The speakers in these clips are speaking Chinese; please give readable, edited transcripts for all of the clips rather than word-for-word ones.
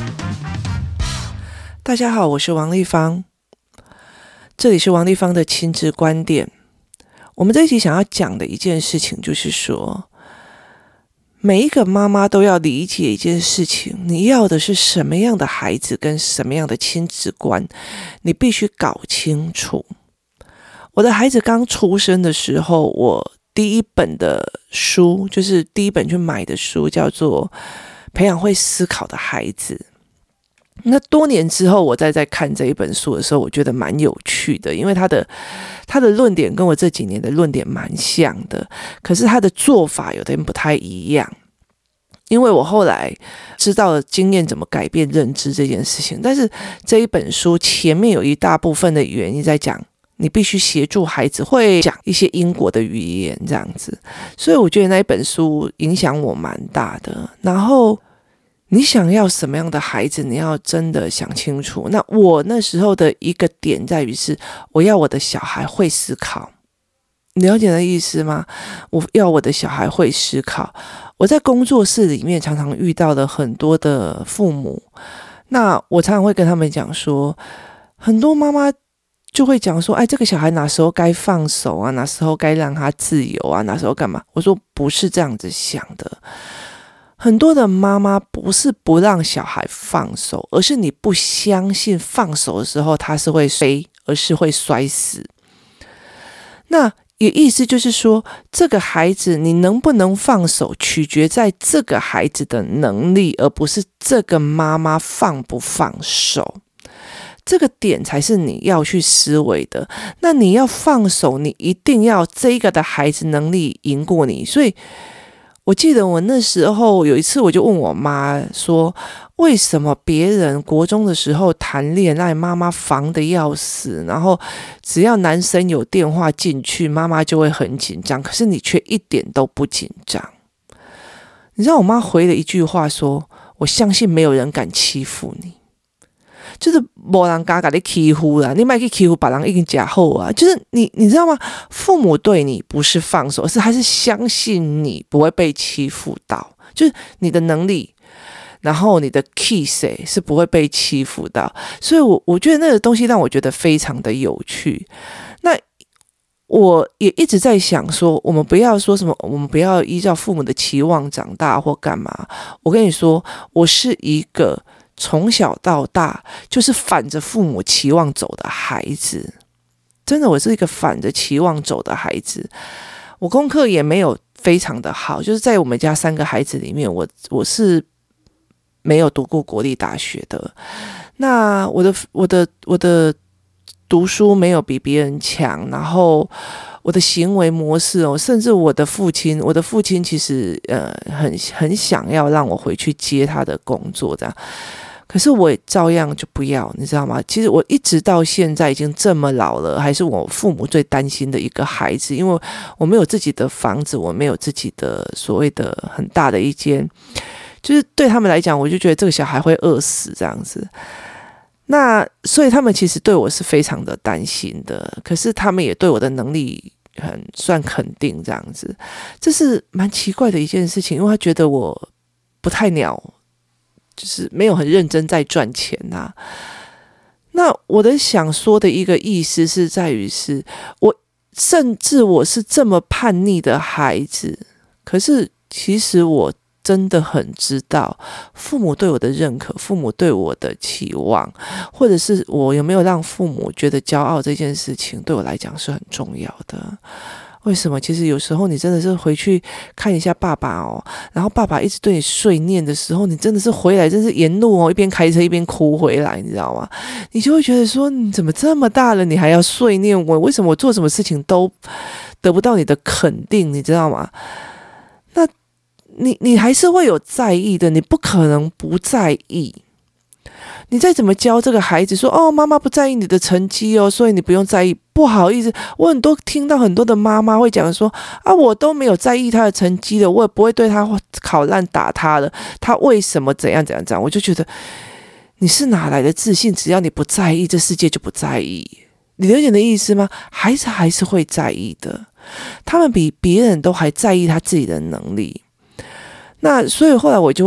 大家好，我是王丽芳，这里是王丽芳的亲子观点。我们这一集想要讲的一件事情就是说，每一个妈妈都要理解一件事情，你要的是什么样的孩子跟什么样的亲子观，你必须搞清楚。我的孩子刚出生的时候，我第一本的书，就是第一本去买的书，叫做《培养会思考的孩子》。那多年之后，我再看这一本书的时候，我觉得蛮有趣的，因为他的论点跟我这几年的论点蛮像的，可是他的做法有点不太一样。因为我后来知道了经验怎么改变认知这件事情，但是这一本书前面有一大部分的原因在讲，你必须协助孩子会讲一些因果的语言这样子，所以我觉得那一本书影响我蛮大的。然后你想要什么样的孩子，你要真的想清楚。那我那时候的一个点在于是，我要我的小孩会思考。你了解的意思吗？我要我的小孩会思考。我在工作室里面常常遇到了很多的父母，那我常常会跟他们讲说，很多妈妈就会讲说，这个小孩哪时候该放手啊，哪时候该让他自由啊，哪时候干嘛？我说不是这样子想的。很多的妈妈不是不让小孩放手，而是你不相信放手的时候他是会飞，而是会摔死。那也意思就是说，这个孩子你能不能放手，取决在这个孩子的能力，而不是这个妈妈放不放手。这个点才是你要去思维的。那你要放手，你一定要这个的孩子能力赢过你。所以我记得我那时候有一次，我就问我妈说，为什么别人国中的时候谈恋爱，妈妈烦得要死，然后只要男生有电话进去，妈妈就会很紧张，可是你却一点都不紧张。你知道我妈回了一句话说，我相信没有人敢欺负你，就是没人敢把你欺负啦，你不要去欺负别人已经很好啊。就是你知道吗？父母对你不是放手，而是还是相信你不会被欺负到，就是你的能力，然后你的 key 是不会被欺负到。所以我觉得那个东西让我觉得非常的有趣。那我也一直在想说，我们不要说什么，我们不要依照父母的期望长大或干嘛。我跟你说，我是一个从小到大就是反着父母期望走的孩子，真的，我是一个反着期望走的孩子。我功课也没有非常的好，就是在我们家3个孩子里面，我是没有读过国立大学的。那我的读书没有比别人强，然后我的行为模式甚至我的父亲其实很想要让我回去接他的工作这样。可是我也照样就不要，你知道吗？其实我一直到现在已经这么老了，还是我父母最担心的一个孩子，因为我没有自己的房子，我没有自己的所谓的很大的一间，就是对他们来讲，我就觉得这个小孩会饿死这样子。那所以他们其实对我是非常的担心的，可是他们也对我的能力算肯定这样子。这是蛮奇怪的一件事情，因为他觉得我不太鸟，就是没有很认真在赚钱啊。那我的想说的一个意思是在于是，甚至我是这么叛逆的孩子，可是其实我真的很知道父母对我的认可，父母对我的期望，或者是我有没有让父母觉得骄傲，这件事情对我来讲是很重要的。为什么？其实有时候你真的是回去看一下爸爸然后爸爸一直对你碎念的时候，你真的是回来真是沿路一边开车一边哭回来，你知道吗？你就会觉得说，你怎么这么大了，你还要碎念我？为什么我做什么事情都得不到你的肯定，你知道吗？那你还是会有在意的，你不可能不在意。你再怎么教这个孩子说，妈妈不在意你的成绩所以你不用在意。不好意思，我听到很多的妈妈会讲说，我都没有在意他的成绩的，我也不会对他考烂打他的，他为什么怎样怎样怎样？我就觉得你是哪来的自信？只要你不在意，这世界就不在意。你了解的意思吗？孩子还是会在意的，他们比别人都还在意他自己的能力。那所以后来我就会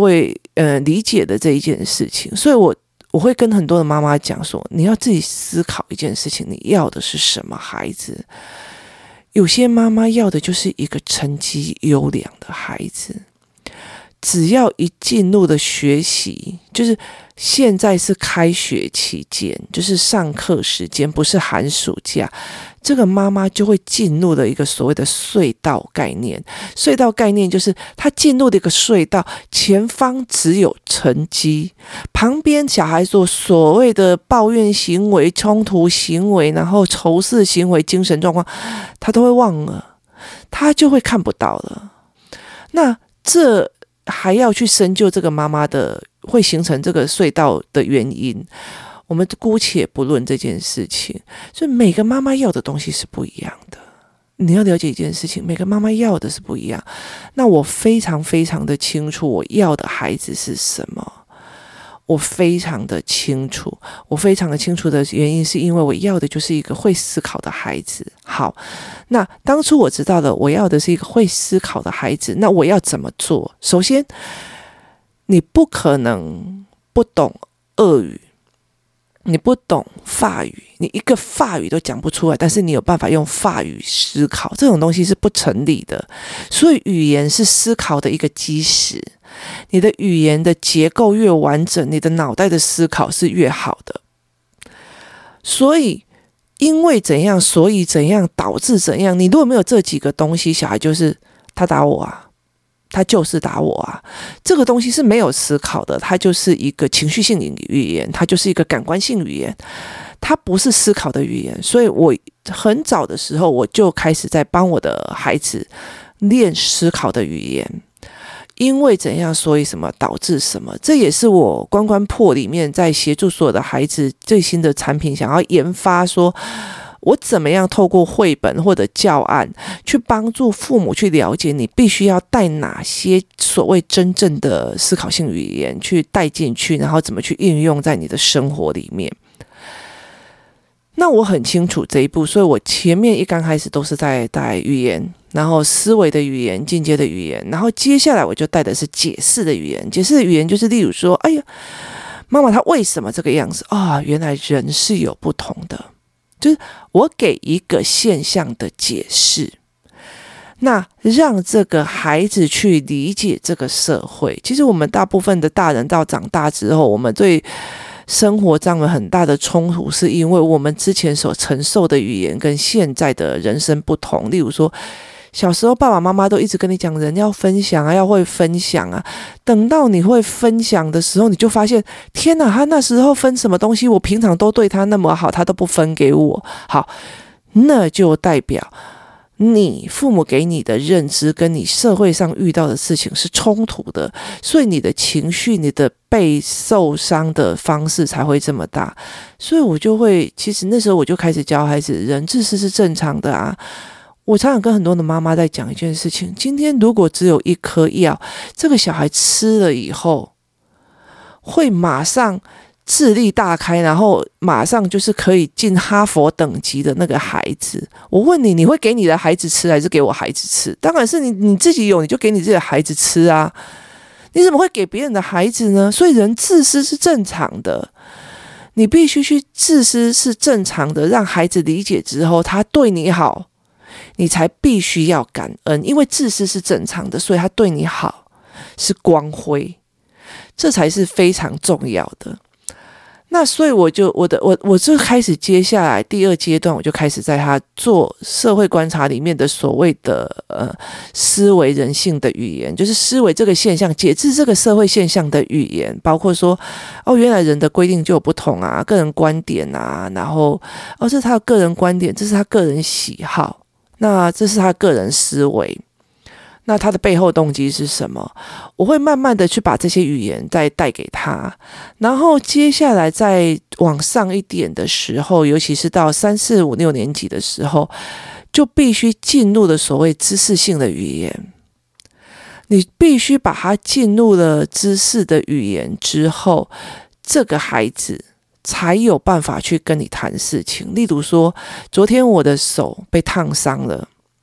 理解的这一件事情。所以我会跟很多的妈妈讲说，你要自己思考一件事情，你要的是什么孩子？有些妈妈要的就是一个成绩优良的孩子，只要一进入的学习，就是现在是开学期间，就是上课时间，不是寒暑假，这个妈妈就会进入了一个所谓的隧道概念。隧道概念就是她进入的一个隧道，前方只有成绩，旁边小孩做所谓的抱怨行为、冲突行为，然后仇视行为、精神状况，她都会忘了，她就会看不到了。那这还要去深究这个妈妈的会形成这个隧道的原因，我们姑且不论这件事情。所以每个妈妈要的东西是不一样的，你要了解一件事情，每个妈妈要的是不一样。那我非常非常的清楚我要的孩子是什么，我非常的清楚的原因是因为我要的就是一个会思考的孩子。好，那当初我知道了我要的是一个会思考的孩子，那我要怎么做？首先，你不可能不懂俄语，你不懂法语，你一个法语都讲不出来，但是你有办法用法语思考，这种东西是不成立的。所以语言是思考的一个基石，你的语言的结构越完整，你的脑袋的思考是越好的。所以因为怎样，所以怎样，导致怎样，你如果没有这几个东西，小孩就是他打我啊，他就是打我啊，这个东西是没有思考的，它就是一个情绪性语言，它就是一个感官性语言，它不是思考的语言。所以我很早的时候我就开始在帮我的孩子练思考的语言，因为怎样，所以什么，导致什么。这也是我关关破里面在协助所有的孩子最新的产品，想要研发说我怎么样透过绘本或者教案去帮助父母去了解你必须要带哪些所谓真正的思考性语言去带进去，然后怎么去运用在你的生活里面。那我很清楚这一步，所以我前面一刚开始都是在带语言，然后思维的语言、进阶的语言，然后接下来我就带的是解释的语言。解释的语言就是例如说，哎呀，妈妈她为什么这个样子啊？原来人是有不同的，就是我给一个现象的解释，那让这个孩子去理解这个社会。其实我们大部分的大人到长大之后，我们对生活上面很大的冲突，是因为我们之前所承受的语言跟现在的人生不同。例如说，小时候爸爸妈妈都一直跟你讲人要分享啊，要会分享啊，等到你会分享的时候，你就发现天哪，他那时候分什么东西，我平常都对他那么好，他都不分给我。好，那就代表你父母给你的认知跟你社会上遇到的事情是冲突的，所以你的情绪，你的被受伤的方式才会这么大。所以我就会，其实那时候我就开始教孩子，人自私是正常的啊。我常常跟很多的妈妈在讲一件事情，今天如果只有一颗药，这个小孩吃了以后会马上智力大开，然后马上就是可以进哈佛等级的那个孩子，我问你，你会给你的孩子吃还是给我孩子吃？当然是你自己有，你就给你自己的孩子吃啊，你怎么会给别人的孩子呢？所以人自私是正常的，你必须去自私是正常的，让孩子理解之后，他对你好，你才必须要感恩，因为自私是正常的，所以他对你好是光辉，这才是非常重要的。那所以我就开始接下来第二阶段，我就开始在他做社会观察里面的所谓的思维人性的语言，就是思维这个现象，解释这个社会现象的语言，包括说原来人的规定就有不同啊，个人观点啊，然后这是他的个人观点，这是他个人喜好，那这是他个人思维。那他的背后动机是什么？我会慢慢的去把这些语言再带给他，然后接下来再往上一点的时候，尤其是到3、4、5、6年级的时候，就必须进入了所谓知识性的语言。你必须把它进入了知识的语言之后，这个孩子才有办法去跟你谈事情。例如说，昨天我的手被烫伤了，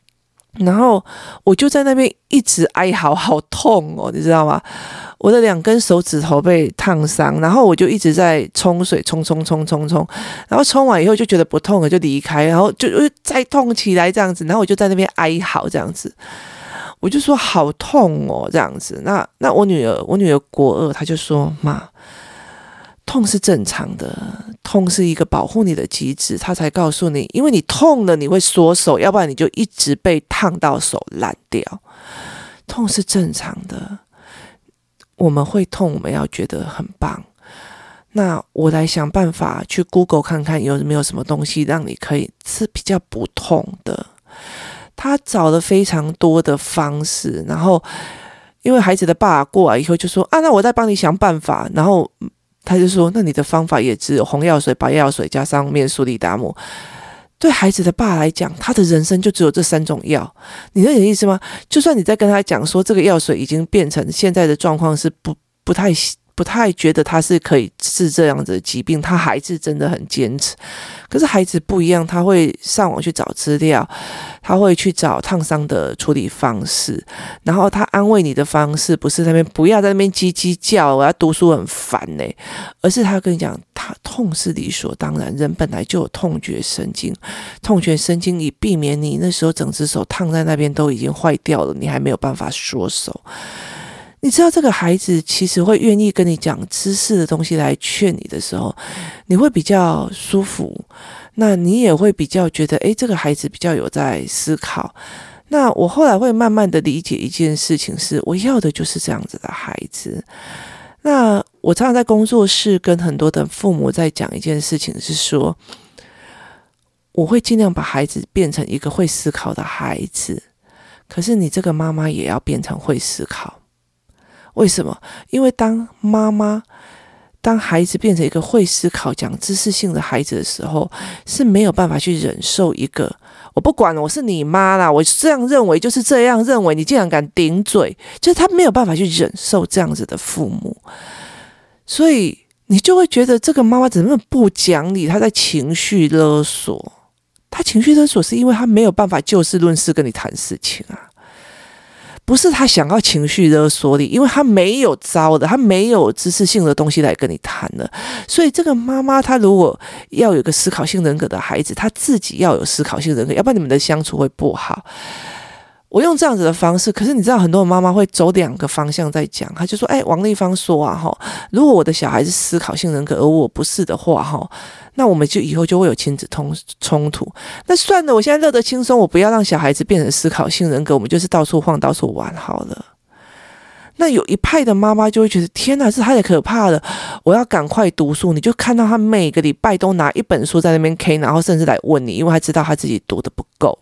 然后我就在那边一直哀嚎，好痛哦，你知道吗？我的2根手指头被烫伤，然后我就一直在冲水，冲，然后冲完以后就觉得不痛了，就离开，然后就再痛起来这样子，然后我就在那边哀嚎这样子，我就说好痛哦这样子。那我女儿国2，她就说妈，痛是正常的，痛是一个保护你的机制，他才告诉你，因为你痛了你会缩手，要不然你就一直被烫到手烂掉。痛是正常的，我们会痛，我们要觉得很棒。那我来想办法去 Google 看看有没有什么东西让你可以是比较不痛的。他找了非常多的方式，然后因为孩子的爸过来以后就说啊，那我再帮你想办法，然后他就说那你的方法也只有红药水、白药水加上面苏利达姆。对孩子的爸来讲，他的人生就只有这3种药，你能有意思吗？就算你在跟他讲说这个药水已经变成现在的状况是不太觉得他是可以治这样子的疾病，他还是真的很坚持。可是孩子不一样，他会上网去找资料，他会去找烫伤的处理方式，然后他安慰你的方式不是在那边不要在那边叽叽叫，我要读书很烦欸，而是他跟你讲，他痛是理所当然，人本来就有痛觉神经，痛觉神经以避免你那时候整只手烫在那边都已经坏掉了，你还没有办法缩手。你知道这个孩子其实会愿意跟你讲知识的东西来劝你的时候，你会比较舒服，那你也会比较觉得这个孩子比较有在思考。那我后来会慢慢的理解一件事情，是我要的就是这样子的孩子。那我常常在工作室跟很多的父母在讲一件事情，是说我会尽量把孩子变成一个会思考的孩子，可是你这个妈妈也要变成会思考。为什么？因为当孩子变成一个会思考、讲知识性的孩子的时候，是没有办法去忍受一个我不管，我是你妈啦，我这样认为就是这样认为，你竟然敢顶嘴，就是他没有办法去忍受这样子的父母，所以你就会觉得这个妈妈怎么不讲理，她在情绪勒索。她情绪勒索是因为她没有办法就事论事跟你谈事情啊。不是他想要情绪勒索你，因为他没有招的，他没有知识性的东西来跟你谈的。所以这个妈妈她如果要有个思考性人格的孩子，她自己要有思考性人格，要不然你们的相处会不好。我用这样子的方式，可是你知道很多妈妈会走2个方向在讲，她就说王丽芳说啊如果我的小孩是思考性人格而我不是的话那我们就以后就会有亲子冲突。那算了，我现在乐得轻松，我不要让小孩子变成思考性人格，我们就是到处晃到处玩好了。那有一派的妈妈就会觉得天哪，这太可怕了，我要赶快读书。你就看到他每个礼拜都拿1本书在那边 K， 然后甚至来问你，因为他知道他自己读的不够。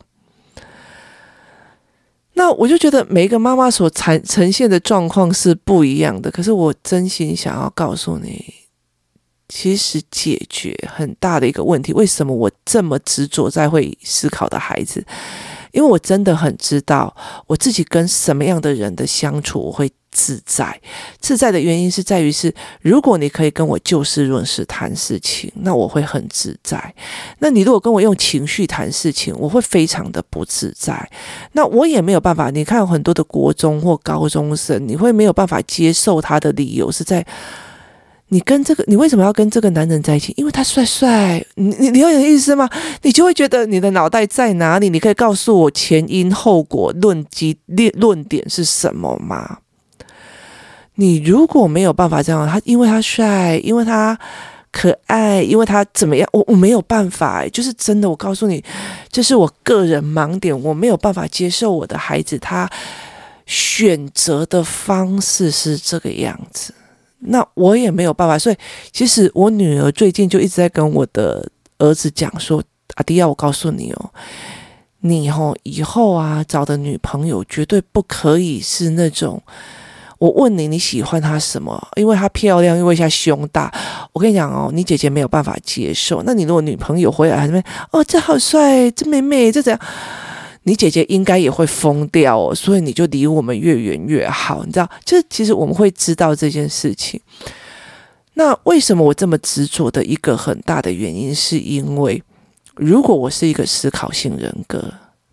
那我就觉得每一个妈妈所呈现的状况是不一样的，可是我真心想要告诉你，其实解决很大的一个问题，为什么我这么执着在会思考的孩子？因为我真的很知道我自己跟什么样的人的相处我会自在。自在的原因是在于是，如果你可以跟我就事论事谈事情，那我会很自在。那你如果跟我用情绪谈事情，我会非常的不自在。那我也没有办法，你看有很多的国中或高中生，你会没有办法接受他的理由是在你为什么要跟这个男人在一起？因为他帅帅，你有意思吗？你就会觉得你的脑袋在哪里？你可以告诉我前因后果论点是什么吗？你如果没有办法这样，因为他帅，因为他可爱，因为他怎么样，我没有办法就是真的，我告诉你，这是我个人盲点，我没有办法接受我的孩子他选择的方式是这个样子。那我也没有办法，所以其实我女儿最近就一直在跟我的儿子讲说，阿迪亚，我告诉你你以后啊找的女朋友绝对不可以是那种，我问你喜欢她什么？因为她漂亮，因为她胸大。我跟你讲你姐姐没有办法接受。那你如果女朋友回来还在那边这好帅，这美美，这怎样？你姐姐应该也会疯掉所以你就离我们越远越好，你知道？就是其实我们会知道这件事情。那为什么我这么执着的一个很大的原因，是因为如果我是一个思考性人格，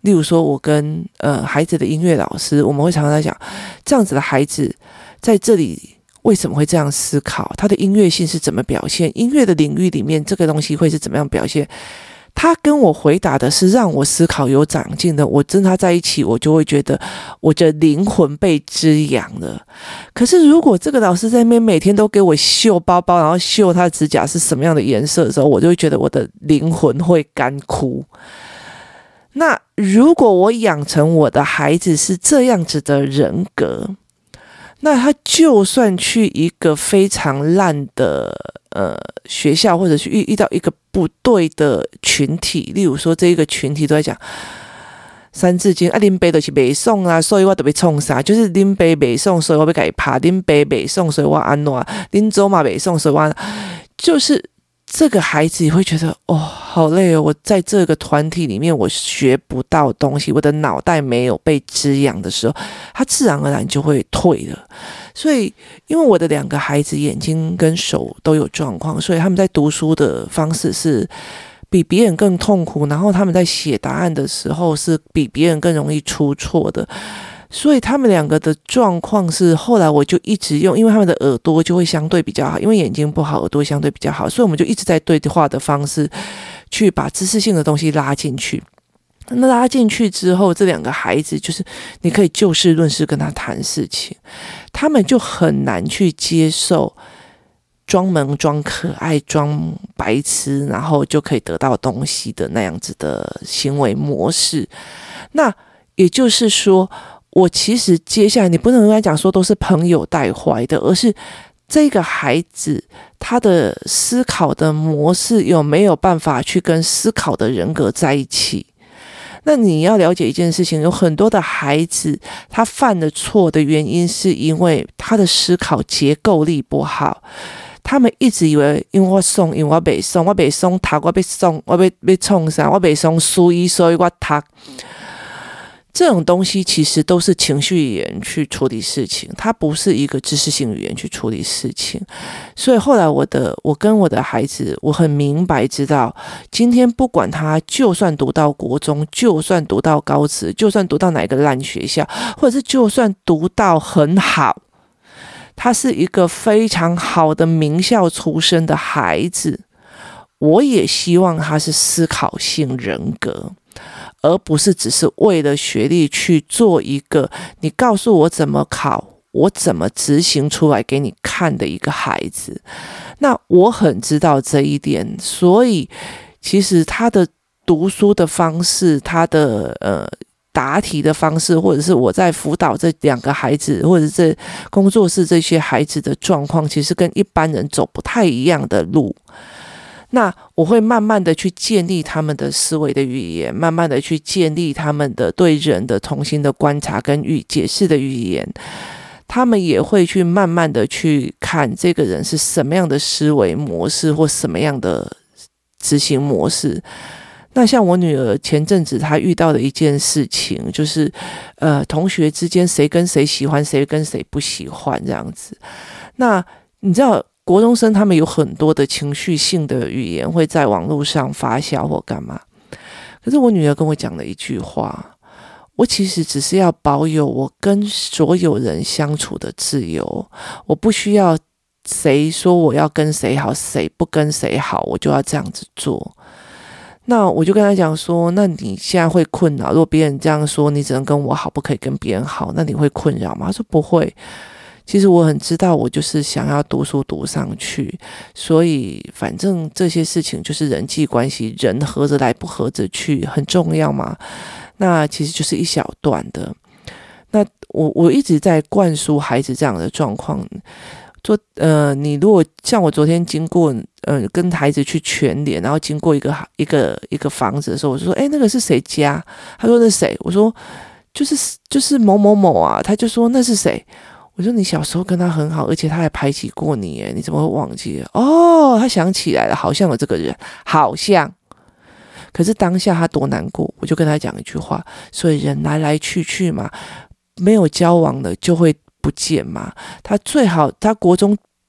例如说我跟孩子的音乐老师，我们会常常在讲，这样子的孩子在这里为什么会这样思考，他的音乐性是怎么表现，音乐的领域里面这个东西会是怎么样表现。他跟我回答的是让我思考有长进的，我跟他在一起，我就会觉得我的灵魂被滋养了。可是如果这个老师在那边每天都给我绣包包，然后绣他的指甲是什么样的颜色的时候，我就会觉得我的灵魂会干枯。那如果我养成我的孩子是这样子的人格，那他就算去一个非常烂的学校，或者是遇到一个不对的群体，例如说这一个群体都在讲三字经啊，恁爸就是袂爽啊，所以我就要创啥，就是恁爸袂爽，所以我要给他拍，恁爸袂爽，所以我安怎，恁祖妈袂爽，所以我就是这个孩子会觉得好累哦，我在这个团体里面我学不到东西，我的脑袋没有被滋养的时候，他自然而然就会退了。所以因为我的2个孩子眼睛跟手都有状况，所以他们在读书的方式是比别人更痛苦，然后他们在写答案的时候是比别人更容易出错的。所以他们2个的状况是，后来我就一直用，因为他们的耳朵就会相对比较好，因为眼睛不好，耳朵相对比较好，所以我们就一直在对话的方式去把知识性的东西拉进去。那拉进去之后，这2个孩子就是你可以就事论事跟他谈事情，他们就很难去接受装萌、装可爱、装白痴，然后就可以得到东西的那样子的行为模式。那也就是说，我其实接下来你不能跟他讲说都是朋友带坏的，而是这个孩子他的思考的模式有没有办法去跟思考的人格在一起。那你要了解一件事情，有很多的孩子他犯的错的原因是因为他的思考结构力不好，他们一直以为因为我爽，因为我不爽，我不爽读，我不爽，我要创啥，我不爽输伊，所以我读。这种东西其实都是情绪语言去处理事情，它不是一个知识性语言去处理事情。所以后来我跟我的孩子，我很明白知道，今天不管他就算读到国中，就算读到高职，就算读到哪个烂学校，或者是就算读到很好，他是一个非常好的名校出身的孩子，我也希望他是思考性人格，而不是只是为了学历去做一个你告诉我怎么考，我怎么执行出来给你看的一个孩子。那我很知道这一点，所以其实他的读书的方式，他的答题的方式，或者是我在辅导这2个孩子，或者是工作室这些孩子的状况，其实跟一般人走不太一样的路。那我会慢慢的去建立他们的思维的语言，慢慢的去建立他们的对人的重新的观察跟解释的语言，他们也会去慢慢的去看这个人是什么样的思维模式或什么样的执行模式。那像我女儿前阵子她遇到的一件事情，就是同学之间谁跟谁喜欢，谁跟谁不喜欢这样子。那你知道国中生他们有很多的情绪性的语言会在网络上发酵或干嘛，可是我女儿跟我讲了一句话，我其实只是要保有我跟所有人相处的自由，我不需要谁说我要跟谁好，谁不跟谁好，我就要这样子做。那我就跟他讲说，那你现在会困扰，如果别人这样说你只能跟我好，不可以跟别人好，那你会困扰吗？他说不会，其实我很知道我就是想要读书读上去，所以反正这些事情就是人际关系，人合着来不合着去很重要嘛，那其实就是一小段的。那我一直在灌输孩子这样的状况，你如果像我昨天经过跟孩子去全联，然后经过一个房子的时候，我就说那个是谁家？他说那是谁？我说就是某某某啊。他就说那是谁？我说你小时候跟他很好，而且他还排挤过你耶，你怎么会忘记了？哦，他想起来了，好像有这个人，好像。可是当下他多难过，我就跟他讲一句话，所以人来来去去嘛，没有交往的就会不见嘛。他最好他国中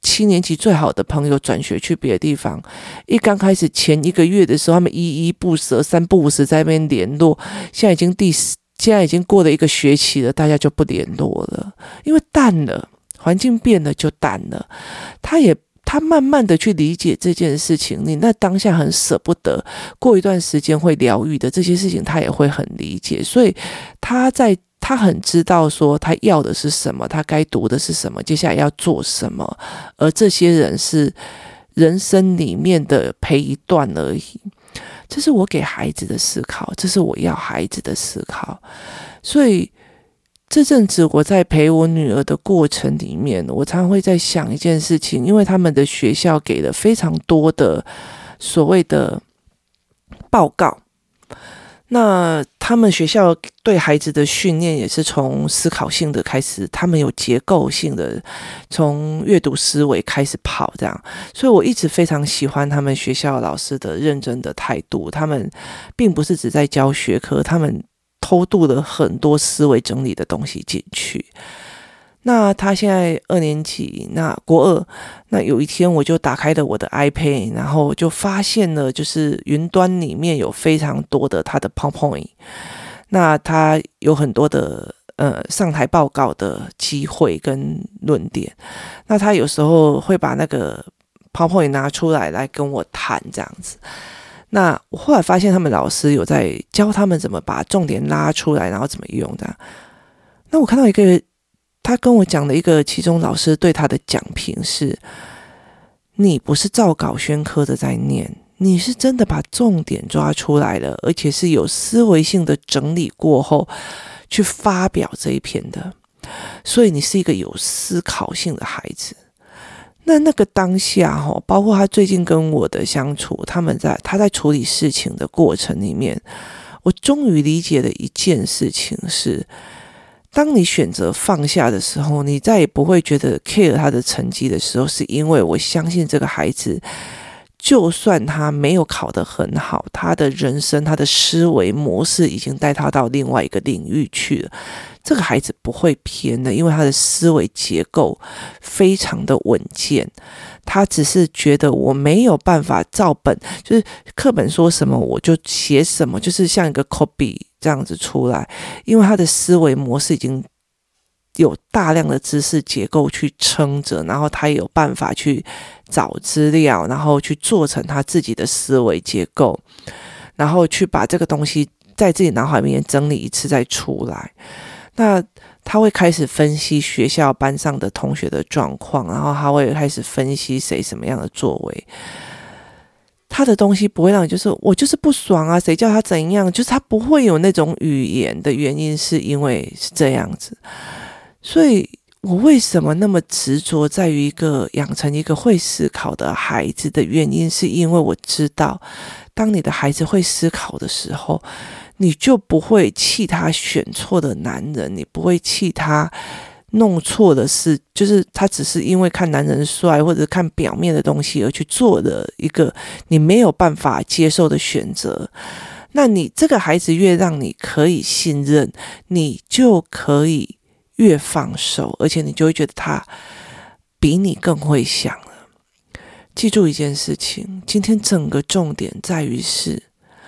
7年级最好的朋友转学去别的地方，刚开始前1个月的时候，他们依依不舍、3不5时在那边联络，现在已经过了1个学期了，大家就不联络了，因为淡了，环境变了就淡了。他慢慢的去理解这件事情，你那当下很舍不得，过一段时间会疗愈的这些事情，他也会很理解，所以他很知道说他要的是什么，他该读的是什么，接下来要做什么，而这些人是人生里面的陪一段而已。这是我给孩子的思考，这是我要孩子的思考。所以这阵子我在陪我女儿的过程里面，我常常会在想一件事情，因为他们的学校给了非常多的所谓的报告，那他们学校对孩子的训练也是从思考性的开始，他们有结构性的，从阅读思维开始跑这样，所以我一直非常喜欢他们学校老师的认真的态度，他们并不是只在教学科，他们偷渡了很多思维整理的东西进去。那他现在2年级，那国2，那有一天我就打开了我的 iPad， 然后就发现了就是云端里面有非常多的他的 PowerPoint， 那他有很多的上台报告的机会跟论点，那他有时候会把那个 PowerPoint 拿出来跟我谈这样子。那我后来发现他们老师有在教他们怎么把重点拉出来，然后怎么用的。那我看到一个他跟我讲的一个其中老师对他的讲评是，你不是照稿宣科的在念，你是真的把重点抓出来了，而且是有思维性的整理过后去发表这一篇的，所以你是一个有思考性的孩子。那个当下包括他最近跟我的相处，他在处理事情的过程里面，我终于理解了一件事情是，当你选择放下的时候，你再也不会觉得 care 他的成绩的时候，是因为我相信这个孩子就算他没有考得很好，他的人生他的思维模式已经带他到另外一个领域去了，这个孩子不会偏的，因为他的思维结构非常的稳健，他只是觉得我没有办法照本，就是课本说什么我就写什么，就是像一个 copy 这样子出来，因为他的思维模式已经有大量的知识结构去撑着，然后他也有办法去找资料，然后去做成他自己的思维结构，然后去把这个东西在自己脑海里面整理一次再出来。那他会开始分析学校班上的同学的状况，然后他会开始分析谁什么样的作为，他的东西不会让你就是我就是不爽啊，谁叫他怎样，就是他不会有那种语言的原因，是因为是这样子。所以我为什么那么执着在于养成一个会思考的孩子的原因，是因为我知道当你的孩子会思考的时候，你就不会气他选错的男人，你不会气他弄错的事，就是他只是因为看男人帅或者看表面的东西而去做的一个你没有办法接受的选择。那你这个孩子越让你可以信任，你就可以越放手，而且你就会觉得他比你更会想了。记住一件事情，今天整个重点在于是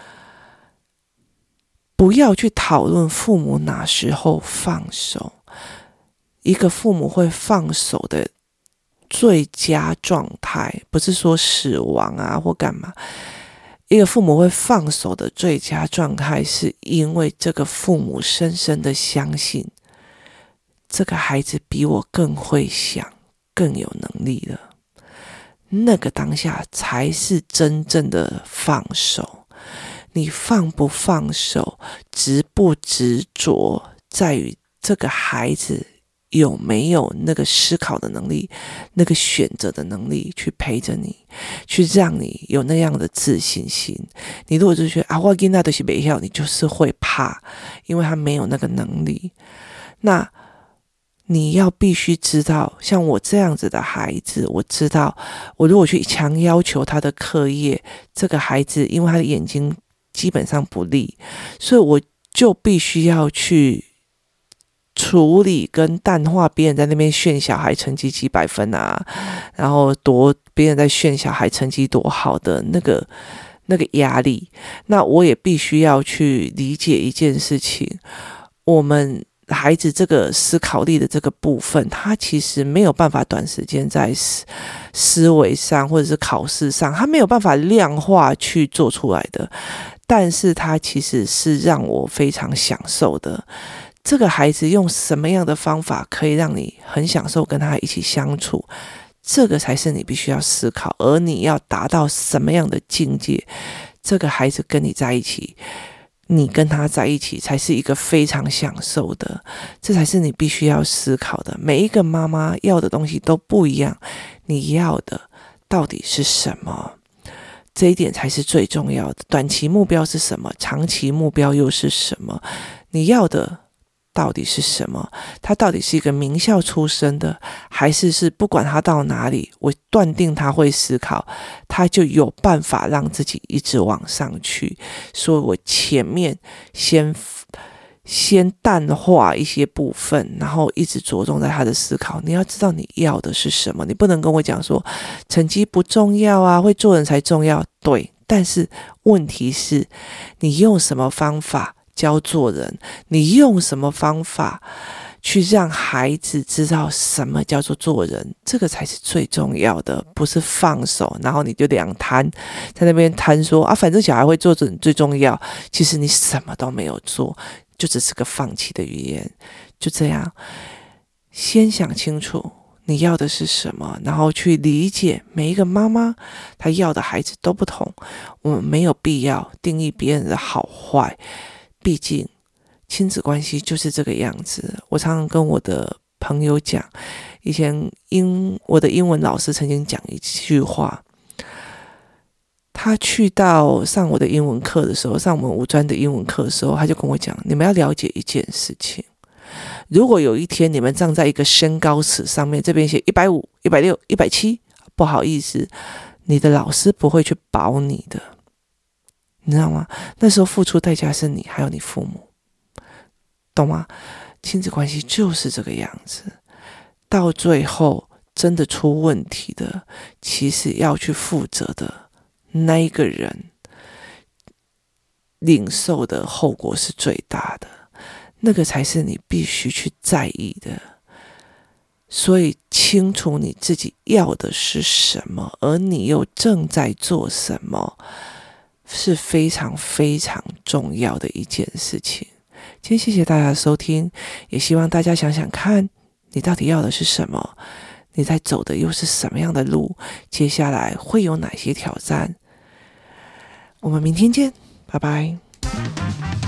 不要去讨论父母哪时候放手，一个父母会放手的最佳状态，不是说死亡啊或干嘛，一个父母会放手的最佳状态，是因为这个父母深深的相信这个孩子比我更会想，更有能力了，那个当下才是真正的放手。你放不放手，执不执着，在于这个孩子有没有那个思考的能力，那个选择的能力，去陪着你，去让你有那样的自信心。你如果就觉得我囡仔就是不晓，你就是会怕，因为他没有那个能力。那你要必须知道，像我这样子的孩子，我知道我如果去强要求他的课业，这个孩子因为他的眼睛基本上不利，所以我就必须要去处理跟淡化别人在那边炫小孩成绩几百分啊，然后别人在炫小孩成绩多好的那个压力。那我也必须要去理解一件事情，我们孩子这个思考力的这个部分，他其实没有办法短时间在思维上或者是考试上，他没有办法量化去做出来的，但是他其实是让我非常享受的。这个孩子用什么样的方法可以让你很享受跟他一起相处，这个才是你必须要思考，而你要达到什么样的境界，这个孩子跟你在一起，你跟他在一起才是一个非常享受的，这才是你必须要思考的。每一个妈妈要的东西都不一样，你要的到底是什么？这一点才是最重要的。短期目标是什么？长期目标又是什么？你要的到底是什么？他到底是一个名校出身的，还是不管他到哪里，我断定他会思考，他就有办法让自己一直往上去。所以我前面先淡化一些部分，然后一直着重在他的思考。你要知道你要的是什么，你不能跟我讲说成绩不重要啊，会做人才重要。对，但是问题是你用什么方法教做人，你用什么方法去让孩子知道什么叫做做人，这个才是最重要的，不是放手然后你就两摊在那边摊说啊，反正小孩会做人最重要，其实你什么都没有做，就只是个放弃的语言。就这样，先想清楚你要的是什么，然后去理解每一个妈妈她要的孩子都不同，我们没有必要定义别人的好坏，毕竟亲子关系就是这个样子。我常常跟我的朋友讲，以前我的英文老师曾经讲一句话，他去到上我的英文课的时候，上我们五专的英文课的时候，他就跟我讲，你们要了解一件事情，如果有一天你们站在一个身高尺上面，这边写150、160、170，不好意思，你的老师不会去保你的，你知道吗？那时候付出代价是你还有你父母，懂吗？亲子关系就是这个样子，到最后真的出问题的，其实要去负责的那一个人，领受的后果是最大的，那个才是你必须去在意的。所以清楚你自己要的是什么，而你又正在做什么，是非常非常重要的一件事情。今天谢谢大家的收听，也希望大家想想看，你到底要的是什么，你在走的又是什么样的路，接下来会有哪些挑战。我们明天见，拜拜。